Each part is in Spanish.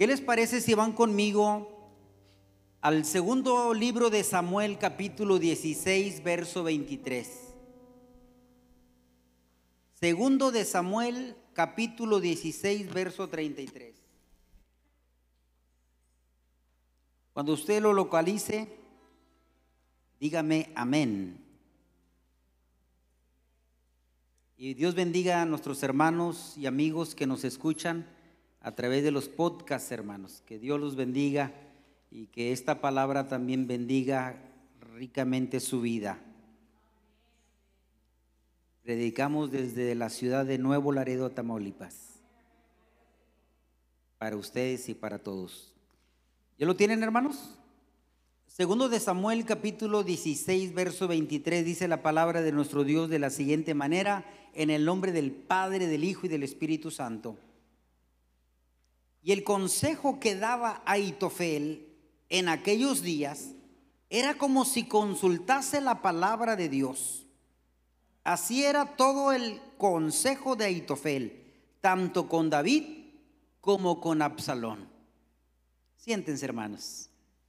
¿Qué les parece si van conmigo al segundo libro de Samuel, capítulo 16, verso 23? Segundo de Samuel, capítulo 16, verso 33. Cuando usted lo localice, dígame amén. Y Dios bendiga a nuestros hermanos y amigos que nos escuchan a través de los podcasts, hermanos. Que Dios los bendiga y que esta palabra también bendiga ricamente su vida. Predicamos desde la ciudad de Nuevo Laredo, Tamaulipas, para ustedes y para todos. ¿Ya lo tienen, hermanos? Segundo de Samuel, capítulo 16, verso 23, dice la palabra de nuestro Dios de la siguiente manera: en el nombre del Padre, del Hijo y del Espíritu Santo. Y el consejo que daba Ahitofel en aquellos días era como si consultase la palabra de Dios. Así era todo el consejo de Ahitofel, tanto con David como con Absalón. Siéntense, hermanos.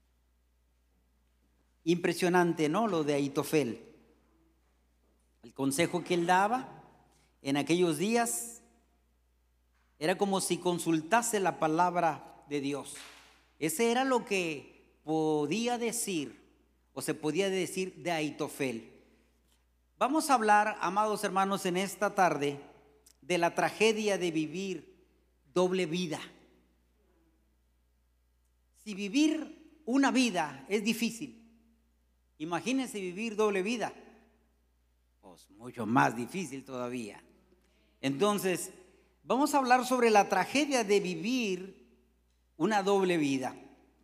Impresionante, ¿no? Lo de Ahitofel. El consejo que él daba en aquellos días era como si consultase la palabra de Dios. Ese era lo que podía decir, o se podía decir, de Ahitofel. Vamos a hablar, amados hermanos, en esta tarde de la tragedia de vivir doble vida. Si vivir una vida es difícil, imagínense vivir doble vida, pues mucho más difícil todavía. Entonces, vamos a hablar sobre la tragedia de vivir una doble vida.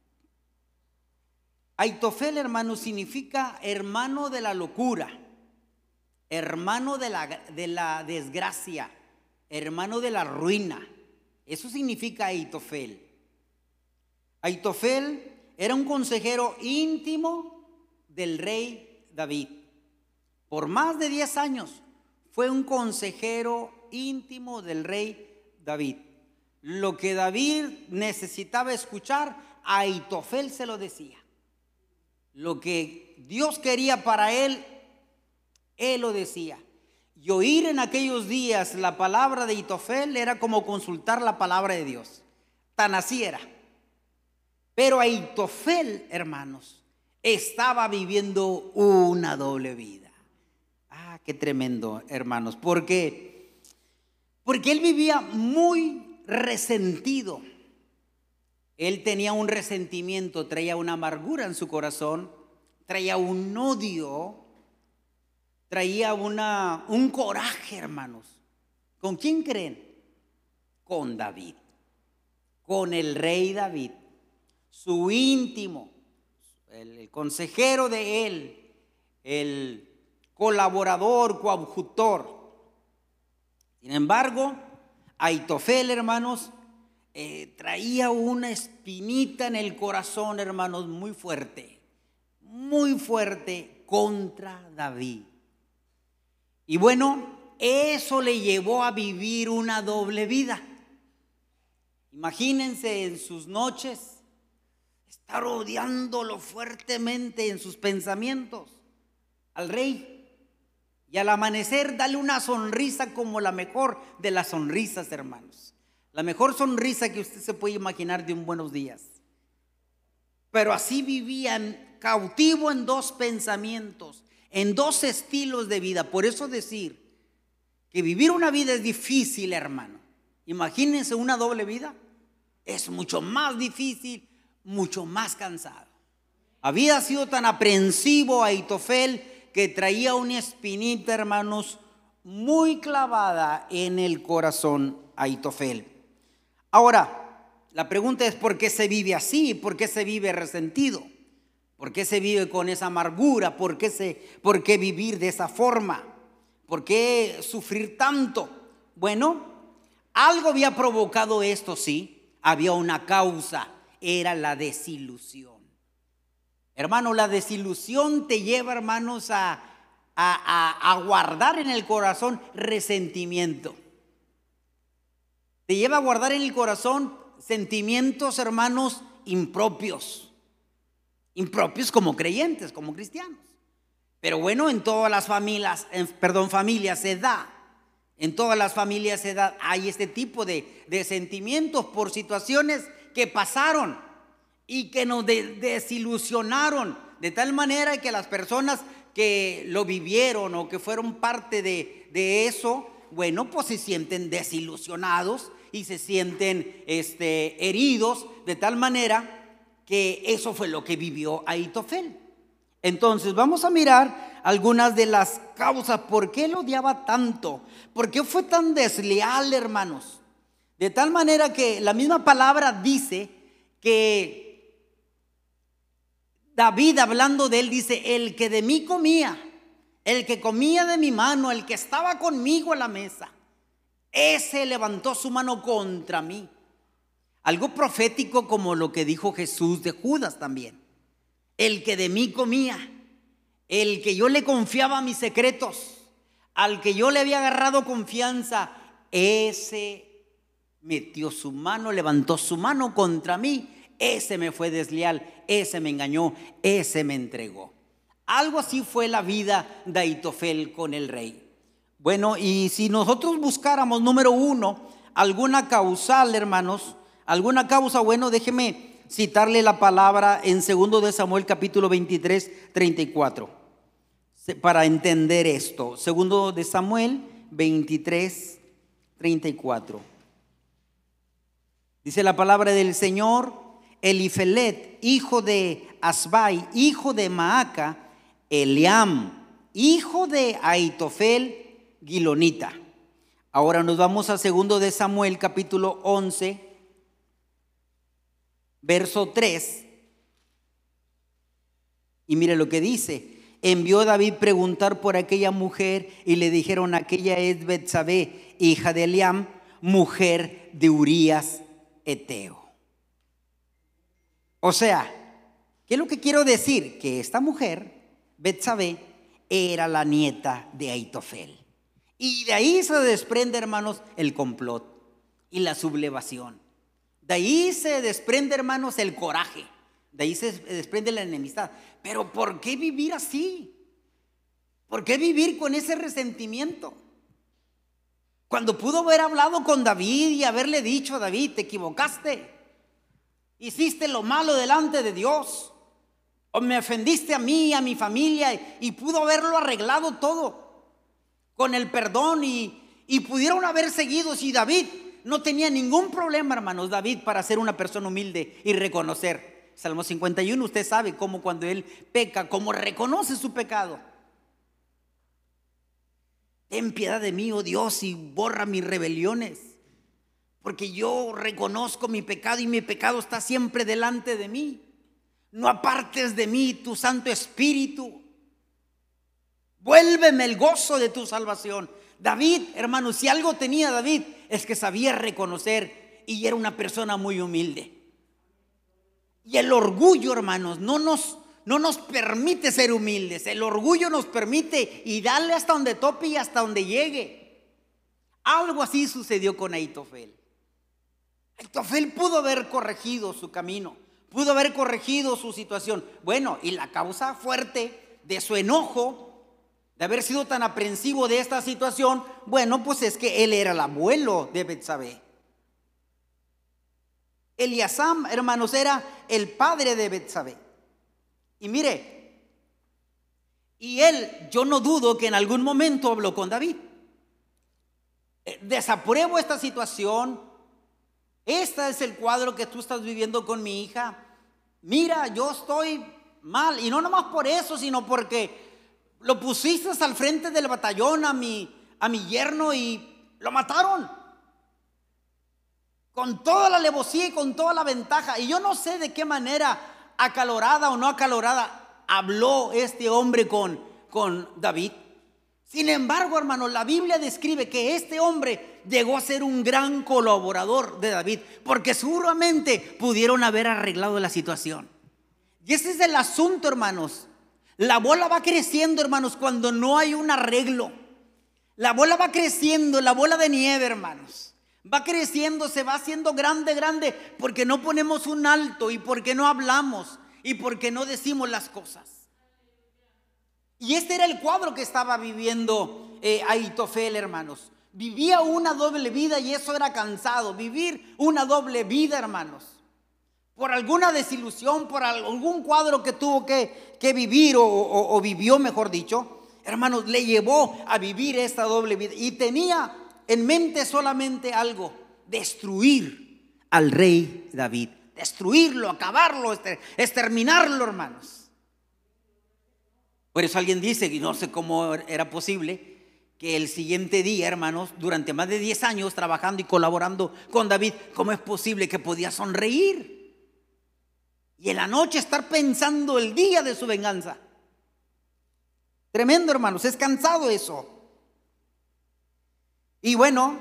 Ahitofel, hermano, significa hermano de la locura, hermano de la desgracia, hermano de la ruina. Eso significa Ahitofel. Ahitofel era un consejero íntimo del rey David. Por más de 10 años fue un consejero íntimo del rey David. Lo que David necesitaba escuchar, Ahitofel se lo decía. Lo que Dios quería para él, él lo decía. Y oír en aquellos días la palabra de Ahitofel era como consultar la palabra de Dios. Tan así era. Pero Ahitofel, hermanos, estaba viviendo una doble vida. Ah, qué tremendo, hermanos. Porque él vivía muy resentido. Él tenía un resentimiento, traía una amargura en su corazón, traía un odio, traía un coraje, hermanos. ¿Con quién creen? Con David, con el rey David, su íntimo, el consejero de él, el colaborador, coadjutor. Sin embargo, Ahitofel, hermanos, traía una espinita en el corazón, hermanos, muy fuerte contra David. Y bueno, eso le llevó a vivir una doble vida. Imagínense en sus noches estar odiándolo fuertemente en sus pensamientos al rey, y al amanecer darle una sonrisa como la mejor de las sonrisas, hermanos. La mejor sonrisa que usted se puede imaginar de un buenos días. Pero así vivían, cautivo en dos pensamientos, en dos estilos de vida. Por eso decir que vivir una vida es difícil, hermano. Imagínense una doble vida. Es mucho más difícil, mucho más cansado. Había sido tan aprensivo Ahitofel que traía una espinita, hermanos, muy clavada en el corazón Ahitofel. Ahora, la pregunta es: ¿por qué se vive así? ¿Por qué se vive resentido? ¿Por qué se vive con esa amargura? ¿Por qué vivir de esa forma? ¿Por qué sufrir tanto? Bueno, algo había provocado esto, sí. Había una causa, era la desilusión. Hermano, la desilusión te lleva, hermanos, a guardar en el corazón resentimiento. Te lleva a guardar en el corazón sentimientos, hermanos, impropios como creyentes, como cristianos. Pero bueno, en todas las familias, familias se da. En todas las familias se da, hay este tipo de sentimientos por situaciones que pasaron y que nos desilusionaron, de tal manera que las personas que lo vivieron o que fueron parte de eso, bueno, pues se sienten desilusionados y se sienten heridos, de tal manera que eso fue lo que vivió Ahitofel. Entonces vamos a mirar algunas de las causas. ¿Por qué lo odiaba tanto? ¿Por qué fue tan desleal, hermanos? De tal manera que la misma palabra dice que David, hablando de él, dice: el que de mí comía, el que comía de mi mano, el que estaba conmigo a la mesa, ese levantó su mano contra mí. Algo profético como lo que dijo Jesús de Judas también. El que de mí comía, el que yo le confiaba mis secretos, al que yo le había agarrado confianza, ese metió su mano, levantó su mano contra mí. Ese me fue desleal, ese me engañó, ese me entregó. Algo así fue la vida de Ahitofel con el rey. Bueno, y si nosotros buscáramos, número uno, alguna causal, hermanos, alguna causa, bueno, déjeme citarle la palabra en 2 de Samuel capítulo 23, 34, para entender esto. 2 de Samuel 23, 34. Dice la palabra del Señor: Elifelet, hijo de Asbai, hijo de Maaca, Eliam, hijo de Ahitofel, Gilonita. Ahora nos vamos a 2 de Samuel capítulo 11, verso 3, y mire lo que dice: envió David preguntar por aquella mujer y le dijeron: aquella es Betsabé, hija de Eliam, mujer de Urías Eteo. O sea, ¿qué es lo que quiero decir? Que esta mujer, Betsabé, era la nieta de Ahitofel. Y de ahí se desprende, hermanos, el complot y la sublevación. De ahí se desprende, hermanos, el coraje. De ahí se desprende la enemistad. Pero ¿por qué vivir así? ¿Por qué vivir con ese resentimiento? Cuando pudo haber hablado con David y haberle dicho: David, te equivocaste, hiciste lo malo delante de Dios, o me ofendiste a mí, a mi familia, y pudo haberlo arreglado todo con el perdón y pudieron haber seguido. Si David no tenía ningún problema, hermanos, David, para ser una persona humilde y reconocer. Salmo 51, usted sabe cómo cuando él peca, cómo reconoce su pecado. Ten piedad de mí, oh Dios, y borra mis rebeliones, porque yo reconozco mi pecado y mi pecado está siempre delante de mí. No apartes de mí tu Santo Espíritu. Vuélveme el gozo de tu salvación. David, hermanos, si algo tenía David, es que sabía reconocer y era una persona muy humilde. Y el orgullo, hermanos, no nos permite ser humildes. El orgullo nos permite y darle hasta donde tope y hasta donde llegue. Algo así sucedió con Ahitofel. Ahitofel pudo haber corregido su camino, pudo haber corregido su situación. Bueno, y la causa fuerte de su enojo, de haber sido tan aprensivo de esta situación, bueno, pues es que él era el abuelo de Betsabé. Eliasam, hermanos, era el padre de Betsabé. Y mire, y él, yo no dudo que en algún momento habló con David. Desapruebo esta situación. Este es el cuadro que tú estás viviendo con mi hija. Mira, yo estoy mal. Y no nomás por eso, sino porque lo pusiste al frente del batallón a mi yerno y lo mataron. Con toda la alevosía y con toda la ventaja. Y yo no sé de qué manera, acalorada o no acalorada, habló este hombre con David. Sin embargo, hermanos, la Biblia describe que este hombre llegó a ser un gran colaborador de David, porque seguramente pudieron haber arreglado la situación. Y ese es el asunto, hermanos. La bola va creciendo, hermanos, cuando no hay un arreglo. La bola va creciendo, la bola de nieve, hermanos. Va creciendo, se va haciendo grande, grande, porque no ponemos un alto y porque no hablamos y porque no decimos las cosas. Y este era el cuadro que estaba viviendo Ahitofel, hermanos. Vivía una doble vida y eso era cansado, vivir una doble vida, hermanos. Por alguna desilusión, por algún cuadro que tuvo que vivir o vivió, mejor dicho, hermanos, le llevó a vivir esta doble vida. Y tenía en mente solamente algo: destruir al rey David, destruirlo, acabarlo, exterminarlo, hermanos. Por eso alguien dice, y no sé cómo era posible, que el siguiente día, hermanos, durante más de 10 años trabajando y colaborando con David, ¿cómo es posible que podía sonreír? Y en la noche estar pensando el día de su venganza. Tremendo, hermanos, es cansado eso. Y bueno,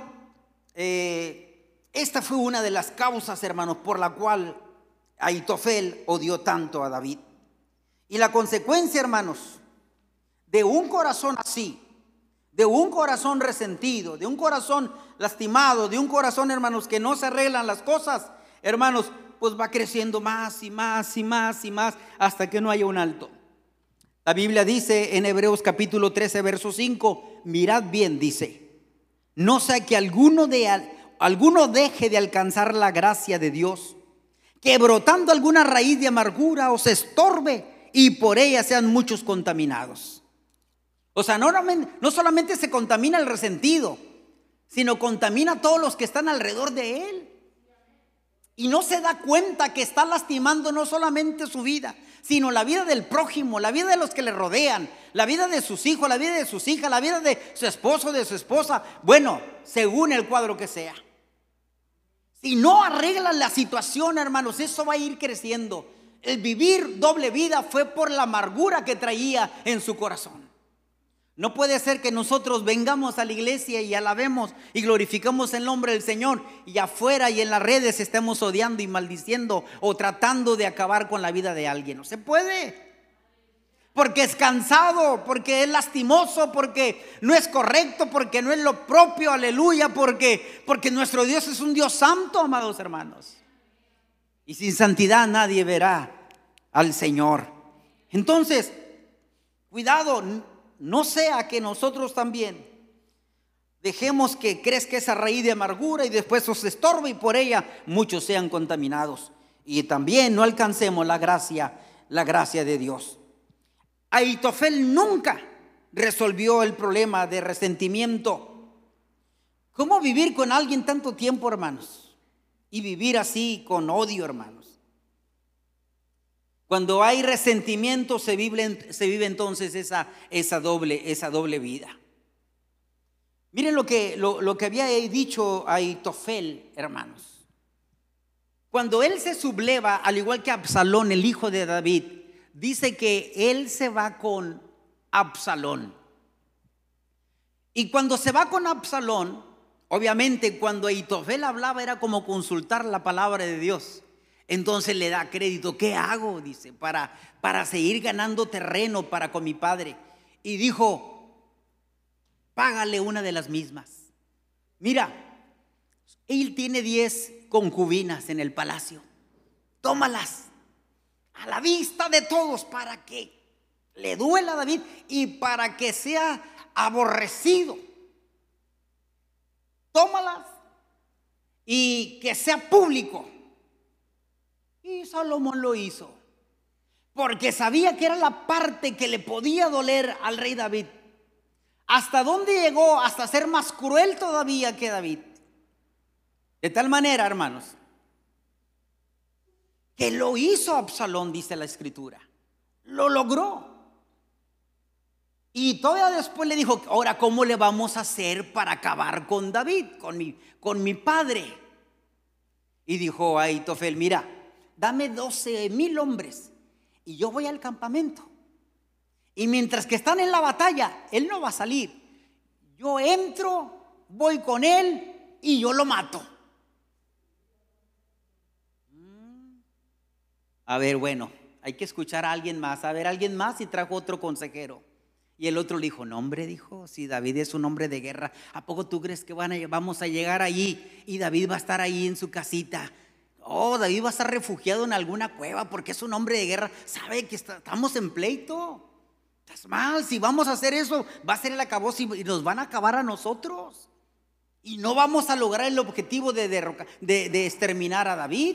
esta fue una de las causas, hermanos, por la cual Ahitofel odió tanto a David. Y la consecuencia, hermanos, de un corazón así, de un corazón resentido, de un corazón lastimado, de un corazón, hermanos, que no se arreglan las cosas, hermanos, pues va creciendo más y más y más y más hasta que no haya un alto. La Biblia dice en Hebreos capítulo 13, verso 5, mirad bien, dice, no sea que alguno deje de alcanzar la gracia de Dios, que brotando alguna raíz de amargura os estorbe y por ella sean muchos contaminados. O sea, no solamente se contamina el resentido, sino contamina a todos los que están alrededor de él. Y no se da cuenta que está lastimando no solamente su vida, sino la vida del prójimo, la vida de los que le rodean, la vida de sus hijos, la vida de sus hijas, la vida de su esposo, de su esposa. Bueno, según el cuadro que sea. Si no arreglan la situación, hermanos, eso va a ir creciendo. El vivir doble vida fue por la amargura que traía en su corazón. No puede ser que nosotros vengamos a la iglesia y alabemos y glorificamos el nombre del Señor y afuera y en las redes estemos odiando y maldiciendo o tratando de acabar con la vida de alguien. No se puede. Porque es cansado, porque es lastimoso, porque no es correcto, porque no es lo propio, aleluya, porque nuestro Dios es un Dios santo, amados hermanos. Y sin santidad nadie verá al Señor. Entonces, cuidado, no sea que nosotros también dejemos que crezca esa raíz de amargura y después os estorbe y por ella muchos sean contaminados. Y también no alcancemos la gracia de Dios. Ahitofel nunca resolvió el problema de resentimiento. ¿Cómo vivir con alguien tanto tiempo, hermanos? Y vivir así con odio, hermanos. Cuando hay resentimiento se vive entonces esa doble vida. Miren lo que había dicho Ahitofel, hermanos. Cuando él se subleva, al igual que Absalón, el hijo de David, dice que él se va con Absalón. Y cuando se va con Absalón, obviamente cuando Ahitofel hablaba era como consultar la palabra de Dios. Entonces le da crédito. ¿Qué hago? Dice, para seguir ganando terreno para con mi padre. Y dijo, págale una de las mismas. Mira, él tiene 10 concubinas en el palacio. Tómalas a la vista de todos para que le duela a David y para que sea aborrecido. Tómalas y que sea público. Y Salomón lo hizo, porque sabía que era la parte que le podía doler al rey David. ¿Hasta dónde llegó? Hasta ser más cruel todavía que David. De tal manera, hermanos, que lo hizo Absalón, dice la escritura. Lo logró. Y todavía después le dijo, ahora, ¿cómo le vamos a hacer para acabar con David, con mi padre? Y dijo Ahitofel, mira, dame 12,000 hombres y yo voy al campamento. Y mientras que están en la batalla, él no va a salir. Yo entro, voy con él y yo lo mato. A ver, bueno, hay que escuchar a alguien más. A ver, alguien más y trajo otro consejero. Y el otro le dijo, no hombre, dijo, si David es un hombre de guerra, ¿a poco tú crees que vamos a llegar allí y David va a estar ahí en su casita? Oh, David va a estar refugiado en alguna cueva porque es un hombre de guerra. Sabe que estamos en pleito. Estás mal, si vamos a hacer eso, va a ser el acabose y nos van a acabar a nosotros. Y no vamos a lograr el objetivo de exterminar a David.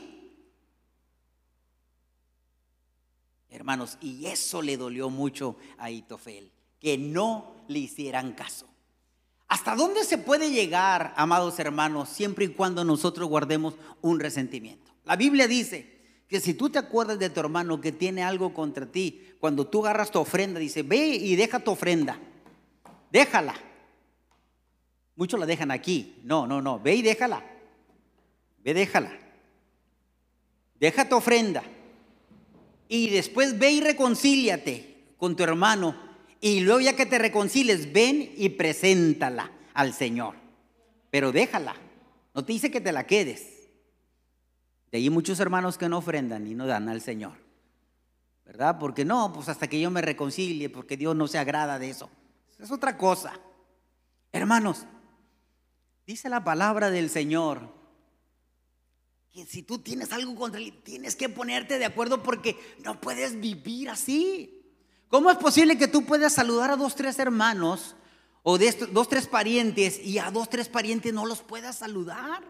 Hermanos, y eso le dolió mucho a Ahitofel, que no le hicieran caso. ¿Hasta dónde se puede llegar, amados hermanos, siempre y cuando nosotros guardemos un resentimiento? La Biblia dice que si tú te acuerdas de tu hermano que tiene algo contra ti, cuando tú agarras tu ofrenda, dice, ve y deja tu ofrenda, déjala. Muchos la dejan aquí. No, ve y déjala. Ve, déjala. Deja tu ofrenda. Y después ve y reconcíliate con tu hermano. Y luego ya que te reconcilies, ven y preséntala al Señor. Pero déjala. No te dice que te la quedes. De ahí muchos hermanos que no ofrendan y no dan al Señor, ¿verdad? Porque no, pues hasta que yo me reconcilie, porque Dios no se agrada de eso. Es otra cosa. Hermanos, dice la palabra del Señor que si tú tienes algo contra él, tienes que ponerte de acuerdo porque no puedes vivir así. ¿Cómo es posible que tú puedas saludar a 2, 3 hermanos o de 2, 3 parientes y a 2, 3 parientes no los puedas saludar?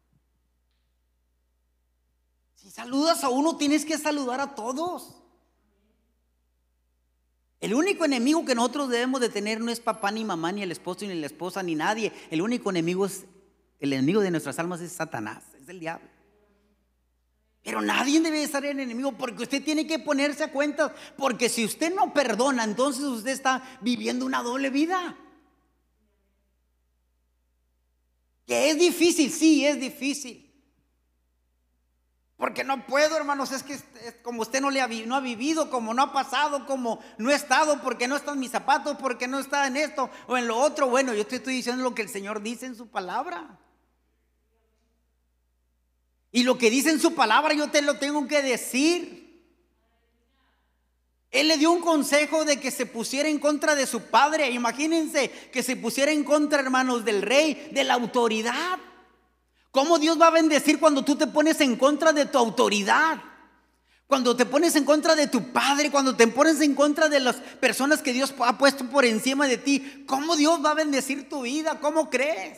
Si saludas a uno, tienes que saludar a todos. El único enemigo que nosotros debemos de tener no es papá, ni mamá, ni el esposo, ni la esposa, ni nadie. El único enemigo el enemigo de nuestras almas es Satanás, es el diablo. Pero nadie debe ser el enemigo, porque usted tiene que ponerse a cuentas, porque si usted no perdona, entonces usted está viviendo una doble vida. Que es difícil, sí, es difícil. Porque no puedo, hermanos, es que como usted no ha vivido, como no ha pasado, como no ha estado, porque no está en mis zapatos, porque no está en esto o en lo otro. Bueno, yo te estoy diciendo lo que el Señor dice en su palabra. Y lo que dice en su palabra yo te lo tengo que decir. Él le dio un consejo de que se pusiera en contra de su padre. Imagínense que se pusiera en contra, hermanos, del rey, de la autoridad. ¿Cómo Dios va a bendecir cuando tú te pones en contra de tu autoridad? Cuando te pones en contra de tu padre, cuando te pones en contra de las personas que Dios ha puesto por encima de ti. ¿Cómo Dios va a bendecir tu vida? ¿Cómo crees?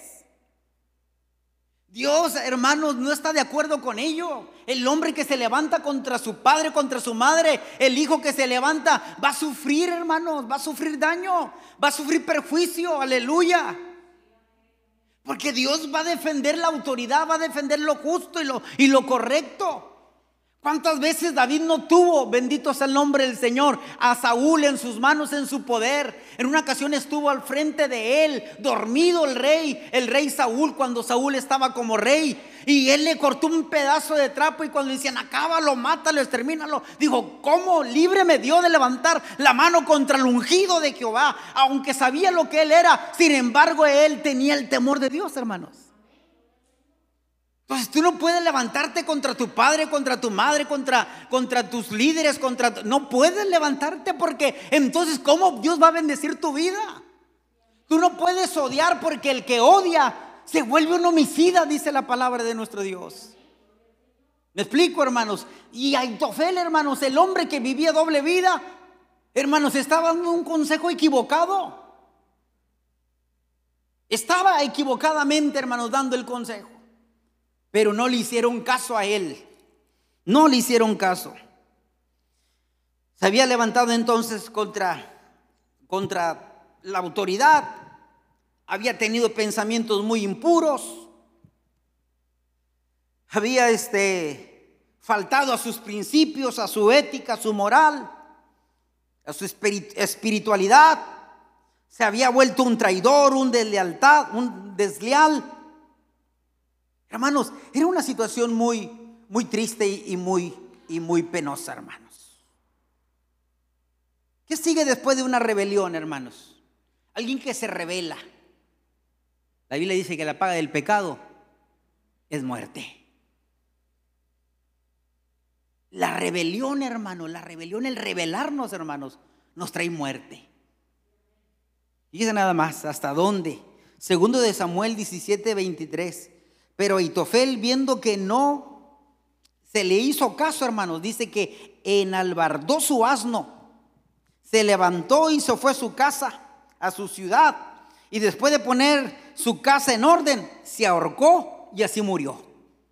Dios, hermanos, no está de acuerdo con ello. El hombre que se levanta contra su padre, contra su madre, el hijo que se levanta, va a sufrir, hermanos, va a sufrir daño, va a sufrir perjuicio, aleluya. Porque Dios va a defender la autoridad, va a defender lo justo y lo correcto. ¿Cuántas veces David no tuvo, bendito sea el nombre del Señor, a Saúl en sus manos, en su poder? En una ocasión estuvo al frente de él, dormido el rey Saúl, cuando Saúl estaba como rey. Y él le cortó un pedazo de trapo y cuando le decían, acábalo, mátalo, extermínalo, dijo, ¿cómo libre me dio de levantar la mano contra el ungido de Jehová? Aunque sabía lo que él era, sin embargo él tenía el temor de Dios, hermanos. Entonces tú no puedes levantarte contra tu padre, contra tu madre, contra tus líderes, no puedes levantarte, porque entonces ¿cómo Dios va a bendecir tu vida? Tú no puedes odiar, porque el que odia se vuelve un homicida, dice la palabra de nuestro Dios. ¿Me explico, hermanos? Y Ahitofel, hermanos, el hombre que vivía doble vida, hermanos, estaba dando un consejo equivocado. Estaba equivocadamente, hermanos, dando el consejo. Pero no le hicieron caso a él. No le hicieron caso. Se había levantado entonces contra la autoridad. Había tenido pensamientos muy impuros. Había faltado a sus principios, a su ética, a su moral, a su espiritualidad. Se había vuelto un traidor, un desleal. Hermanos, era una situación muy, muy triste y muy penosa, hermanos. ¿Qué sigue después de una rebelión, hermanos? Alguien que se rebela. La Biblia dice que la paga del pecado es muerte. La rebelión, hermano, el rebelarnos, hermanos, nos trae muerte. Fíjense nada más, ¿hasta dónde? Segundo de Samuel 17:23. Pero Ahitofel, viendo que no se le hizo caso, hermanos, dice que enalbardó su asno, se levantó y se fue a su casa, a su ciudad, y después de poner su casa en orden, se ahorcó y así murió.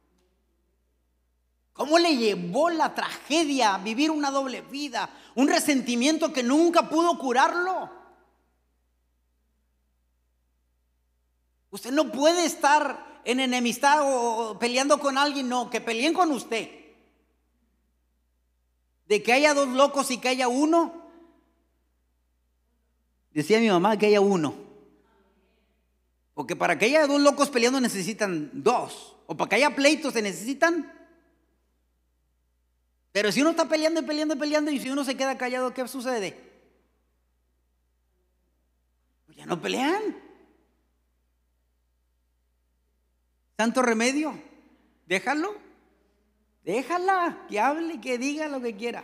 ¿Cómo le llevó la tragedia vivir una doble vida? Un resentimiento que nunca pudo curarlo. Usted no puede estar en enemistad o peleando con alguien, no, que peleen con usted. De que haya dos locos y que haya uno, decía mi mamá que haya uno. Porque para que haya dos locos peleando necesitan dos. O para que haya pleitos se necesitan. Pero si uno está peleando y peleando y peleando y si uno se queda callado, ¿qué sucede? Pues ya no pelean. ¿Tanto remedio? Déjalo. Déjala, que hable, que diga lo que quiera.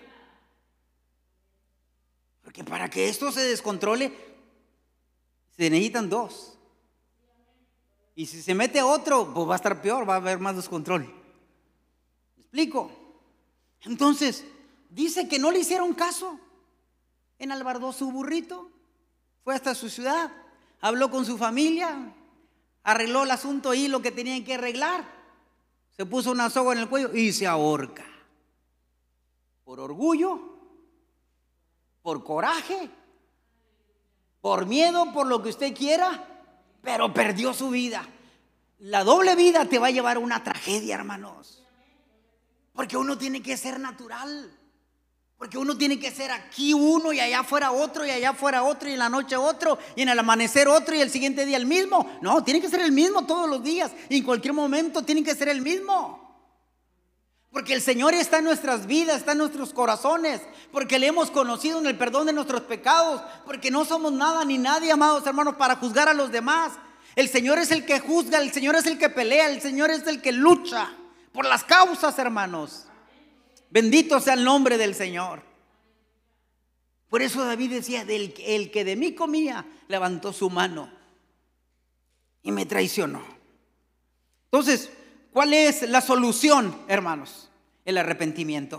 Porque para que esto se descontrole, se necesitan dos. Y si se mete otro, pues va a estar peor, va a haber más descontrol. ¿Me explico? Entonces, dice que no le hicieron caso. Enalbardó su burrito, fue hasta su ciudad, habló con su familia, arregló el asunto ahí, lo que tenían que arreglar. Se puso una soga en el cuello y se ahorca. Por orgullo, por coraje, por miedo, por lo que usted quiera, pero perdió su vida. La doble vida te va a llevar a una tragedia, hermanos. Porque uno tiene que ser natural. Porque uno tiene que ser aquí uno y allá afuera otro y allá afuera otro y en la noche otro y en el amanecer otro y el siguiente día el mismo. No, tiene que ser el mismo todos los días y en cualquier momento tiene que ser el mismo. Porque el Señor está en nuestras vidas, está en nuestros corazones. Porque le hemos conocido en el perdón de nuestros pecados. Porque no somos nada ni nadie, amados hermanos, para juzgar a los demás. El Señor es el que juzga, el Señor es el que pelea, el Señor es el que lucha por las causas, hermanos. Bendito sea el nombre del Señor. Por eso David decía, el que de mí comía, levantó su mano y me traicionó. Entonces, ¿cuál es la solución, hermanos? El arrepentimiento.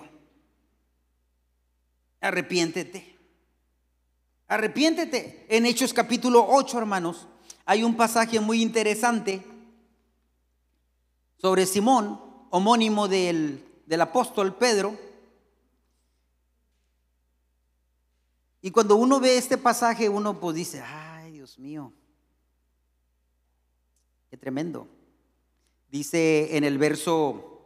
Arrepiéntete. Arrepiéntete. En Hechos capítulo 8, hermanos, hay un pasaje muy interesante sobre Simón, homónimo del apóstol Pedro. Y cuando uno ve este pasaje, uno pues dice, ay, Dios mío, qué tremendo. Dice en el verso,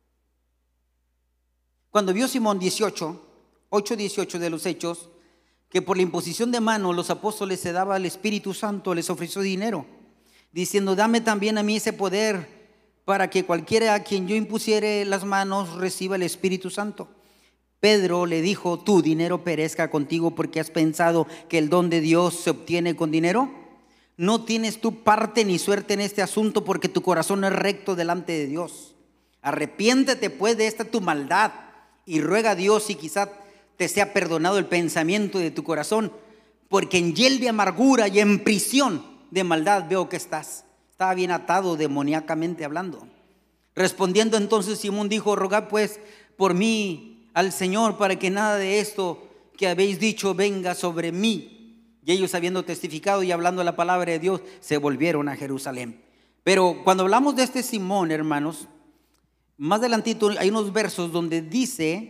cuando vio Simón 8:18 de los Hechos, que por la imposición de mano los apóstoles se daba al Espíritu Santo, les ofreció dinero, diciendo, dame también a mí ese poder para que cualquiera a quien yo impusiere las manos reciba el Espíritu Santo. Pedro le dijo, tu dinero perezca contigo porque has pensado que el don de Dios se obtiene con dinero. No tienes tu parte ni suerte en este asunto porque tu corazón no es recto delante de Dios. Arrepiéntete pues de esta tu maldad y ruega a Dios y quizá te sea perdonado el pensamiento de tu corazón, porque en hiel de amargura y en prisión de maldad veo que estás. Estaba bien atado demoníacamente hablando. Respondiendo entonces Simón dijo, rogad pues por mí al Señor para que nada de esto que habéis dicho venga sobre mí. Y ellos, habiendo testificado y hablando la palabra de Dios, se volvieron a Jerusalén. Pero cuando hablamos de este Simón, hermanos, más adelantito hay unos versos donde dice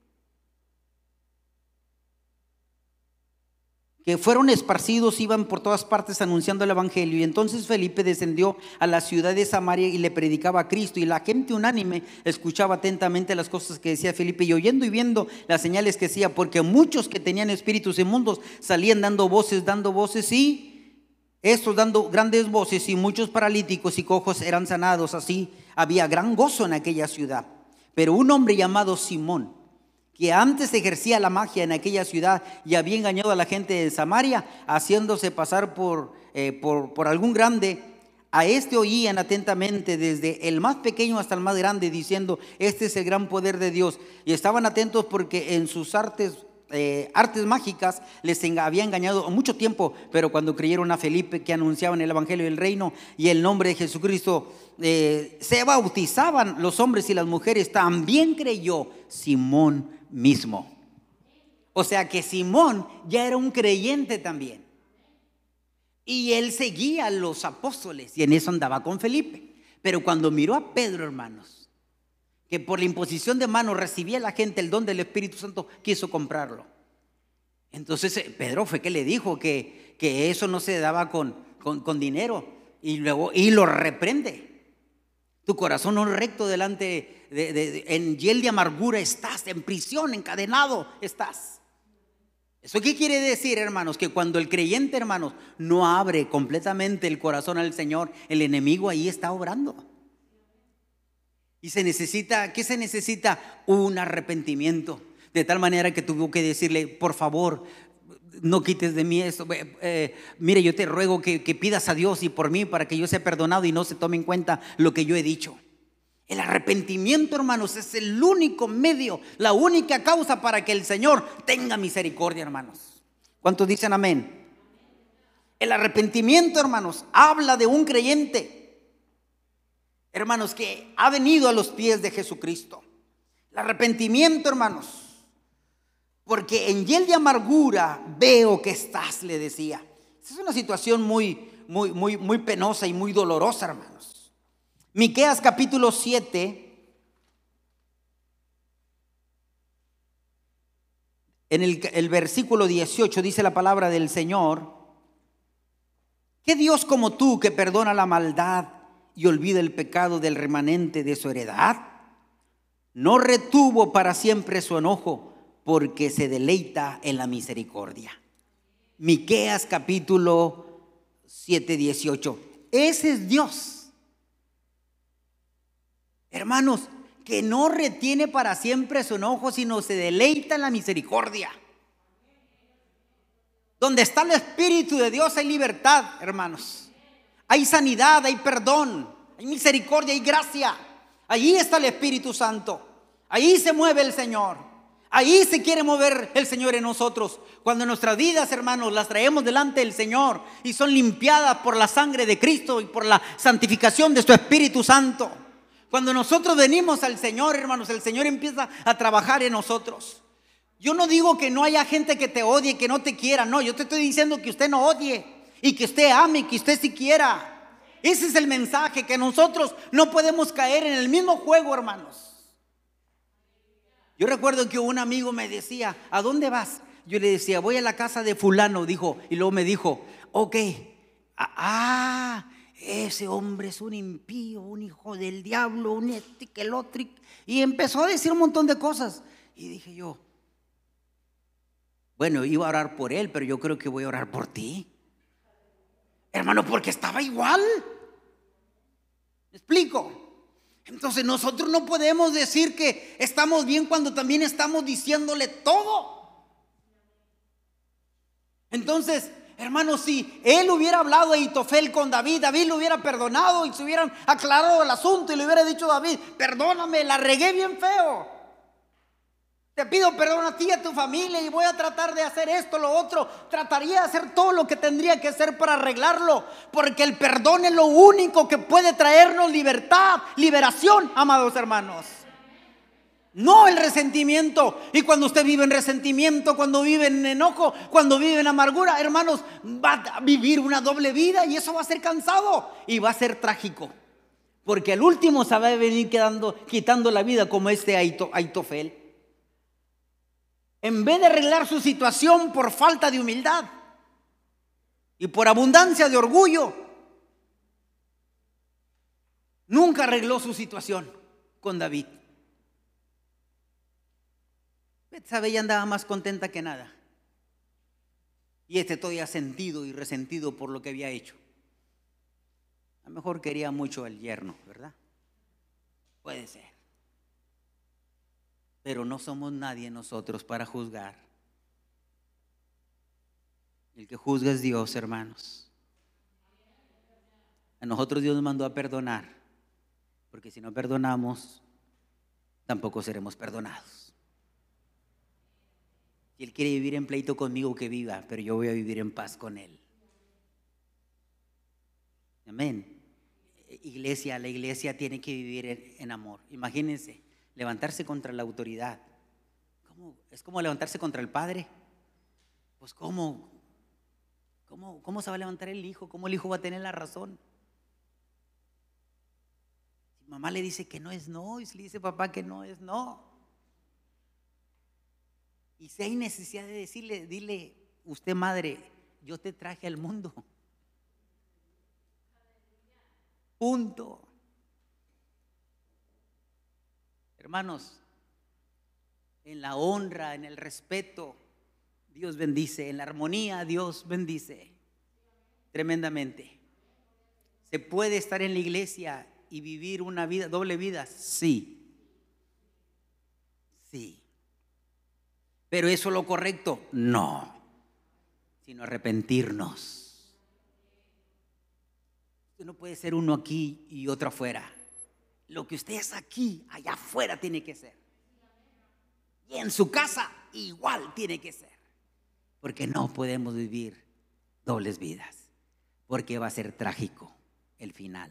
que fueron esparcidos, iban por todas partes anunciando el evangelio. Y entonces Felipe descendió a la ciudad de Samaria y le predicaba a Cristo. Y la gente unánime escuchaba atentamente las cosas que decía Felipe, y oyendo y viendo las señales que hacía, porque muchos que tenían espíritus inmundos salían dando voces, y estos dando grandes voces, y muchos paralíticos y cojos eran sanados. Así había gran gozo en aquella ciudad. Pero un hombre llamado Simón, que antes ejercía la magia en aquella ciudad y había engañado a la gente de Samaria, haciéndose pasar por algún grande, a este oían atentamente desde el más pequeño hasta el más grande, diciendo, este es el gran poder de Dios. Y estaban atentos porque en sus artes artes mágicas les había engañado mucho tiempo, pero cuando creyeron a Felipe que anunciaban el evangelio del reino y el nombre de Jesucristo, se bautizaban los hombres y las mujeres. También creyó Simón mismo. O sea que Simón ya era un creyente también. Y él seguía a los apóstoles y en eso andaba con Felipe. Pero cuando miró a Pedro, hermanos, que por la imposición de manos recibía la gente el don del Espíritu Santo, quiso comprarlo. Entonces Pedro fue que le dijo que eso no se daba con dinero, y luego lo reprende. Tu corazón no es recto delante en hiel de amargura estás, en prisión, encadenado estás. ¿Eso qué quiere decir, hermanos? Que cuando el creyente, hermanos, no abre completamente el corazón al Señor, el enemigo ahí está obrando. Y ¿qué se necesita? Un arrepentimiento. De tal manera que tuvo que decirle: por favor, no quites de mí esto. Mire, yo te ruego que pidas a Dios y por mí, para que yo sea perdonado y no se tome en cuenta lo que yo he dicho. El arrepentimiento, hermanos, es el único medio, la única causa para que el Señor tenga misericordia, hermanos. ¿Cuántos dicen amén? El arrepentimiento, hermanos, habla de un creyente, hermanos, que ha venido a los pies de Jesucristo. El arrepentimiento, hermanos, porque en hiel de amargura veo que estás, le decía. Esa es una situación muy penosa y muy dolorosa, hermanos. Miqueas capítulo 7, en el versículo 18 dice la palabra del Señor: ¿qué Dios como tú, que perdona la maldad y olvida el pecado del remanente de su heredad? No retuvo para siempre su enojo, porque se deleita en la misericordia. Miqueas capítulo 7, 18. Ese es Dios, hermanos, que no retiene para siempre su enojo, sino se deleita en la misericordia. Donde está el Espíritu de Dios hay libertad, hermanos. Hay sanidad, hay perdón, hay misericordia, hay gracia. Allí está el Espíritu Santo. Ahí se mueve el Señor. Ahí se quiere mover el Señor en nosotros. Cuando nuestras vidas, hermanos, las traemos delante del Señor y son limpiadas por la sangre de Cristo y por la santificación de su Espíritu Santo. Cuando nosotros venimos al Señor, hermanos, el Señor empieza a trabajar en nosotros. Yo no digo que no haya gente que te odie, que no te quiera. No, yo te estoy diciendo que usted no odie y que usted ame, que usted sí quiera. Ese es el mensaje, que nosotros no podemos caer en el mismo juego, hermanos. Yo recuerdo que un amigo me decía: ¿a dónde vas? Yo le decía: voy a la casa de fulano, dijo. Y luego me dijo: ok, ese hombre es un impío, un hijo del diablo, un que el otro. Y empezó a decir un montón de cosas. Y dije yo: bueno, iba a orar por él, pero yo creo que voy a orar por ti, hermano, porque estaba igual. ¿Me explico? Entonces nosotros no podemos decir que estamos bien cuando también estamos diciéndole todo. Entonces, hermanos, si él hubiera hablado a Ahitofel con David, David lo hubiera perdonado y se hubieran aclarado el asunto y le hubiera dicho a David: perdóname, la regué bien feo. Te pido perdón a ti y a tu familia y voy a tratar de hacer esto, lo otro. Trataría de hacer todo lo que tendría que hacer para arreglarlo, porque el perdón es lo único que puede traernos libertad, liberación, amados hermanos. No el resentimiento. Y cuando usted vive en resentimiento, cuando vive en enojo, cuando vive en amargura, hermanos, va a vivir una doble vida y eso va a ser cansado y va a ser trágico. Porque al último se va a venir quitando la vida como este Ahitofel. En vez de arreglar su situación por falta de humildad y por abundancia de orgullo, nunca arregló su situación con David. Betsabé ya andaba más contenta que nada. Y todavía sentido y resentido por lo que había hecho. A lo mejor quería mucho al yerno, ¿verdad? Puede ser. Pero no somos nadie nosotros para juzgar. El que juzga es Dios, hermanos. A nosotros Dios nos mandó a perdonar, porque si no perdonamos, tampoco seremos perdonados. Si Él quiere vivir en pleito conmigo, que viva, pero yo voy a vivir en paz con Él. Amén. Iglesia, la iglesia tiene que vivir en amor. Imagínense, levantarse contra la autoridad. Es como levantarse contra el padre. Pues ¿cómo se va a levantar el hijo? ¿Cómo el hijo va a tener la razón? Si mamá le dice que no es no, y si le dice papá que no es no. Y si hay necesidad de decirle, dile, usted madre, yo te traje al mundo. Punto. Hermanos, en la honra, en el respeto, Dios bendice. En la armonía, Dios bendice tremendamente. ¿Se puede estar en la iglesia y vivir una vida, doble vida? Sí. Sí. ¿Pero eso es lo correcto? No. Sino arrepentirnos. Usted no puede ser uno aquí y otro afuera. Lo que usted es aquí, allá afuera tiene que ser. Y en su casa igual tiene que ser. Porque no podemos vivir dobles vidas. Porque va a ser trágico el final.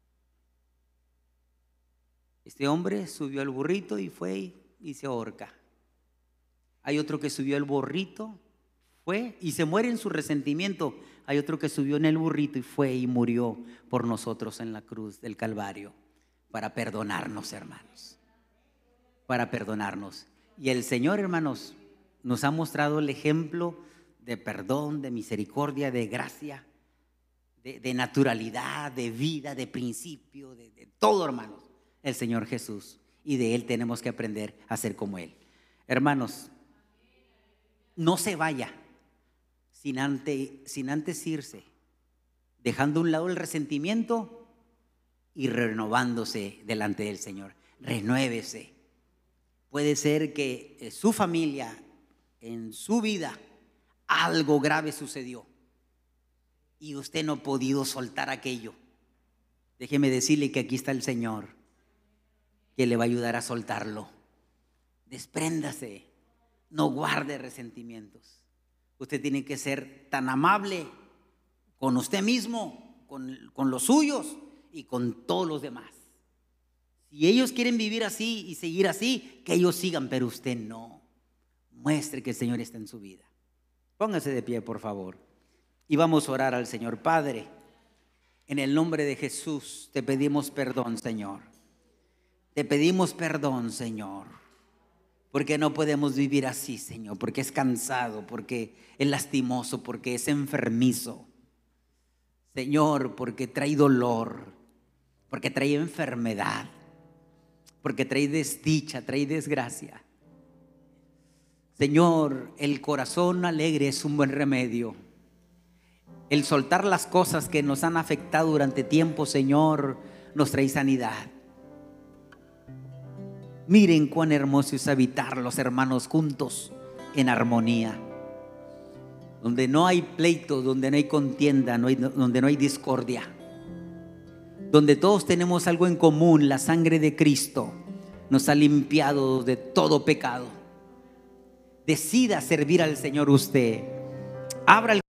Este hombre subió al burrito y fue y se ahorca. Hay otro que subió al burrito, fue y se muere en su resentimiento. Hay otro que subió en el burrito y fue y murió por nosotros en la cruz del Calvario para perdonarnos, hermanos. Para perdonarnos. Y el Señor, hermanos, nos ha mostrado el ejemplo de perdón, de misericordia, de gracia, de naturalidad, de vida, de principio, de todo, hermanos. El Señor Jesús. Y de Él tenemos que aprender a ser como Él. Hermanos, no se vaya sin antes irse, dejando a un lado el resentimiento y renovándose delante del Señor. Renuévese. Puede ser que su familia, en su vida, algo grave sucedió y usted no ha podido soltar aquello. Déjeme decirle que aquí está el Señor, que le va a ayudar a soltarlo. Despréndase, no guarde resentimientos. Usted tiene que ser tan amable con usted mismo, con los suyos y con todos los demás. Si ellos quieren vivir así y seguir así, que ellos sigan, pero usted no. Muestre que el Señor está en su vida. Póngase de pie, por favor, y vamos a orar al Señor. Padre, en el nombre de Jesús te pedimos perdón, Señor. Te pedimos perdón, Señor, porque no podemos vivir así, Señor, porque es cansado, porque es lastimoso, porque es enfermizo, Señor, porque trae dolor, porque trae enfermedad, porque trae desdicha, trae desgracia. Señor, el corazón alegre es un buen remedio. El soltar las cosas que nos han afectado durante tiempo, Señor, nos trae sanidad. Miren cuán hermoso es habitar los hermanos juntos en armonía, donde no hay pleito, donde no hay contienda, donde no hay discordia, donde todos tenemos algo en común. La sangre de Cristo nos ha limpiado de todo pecado. Decida servir al Señor usted. Abra el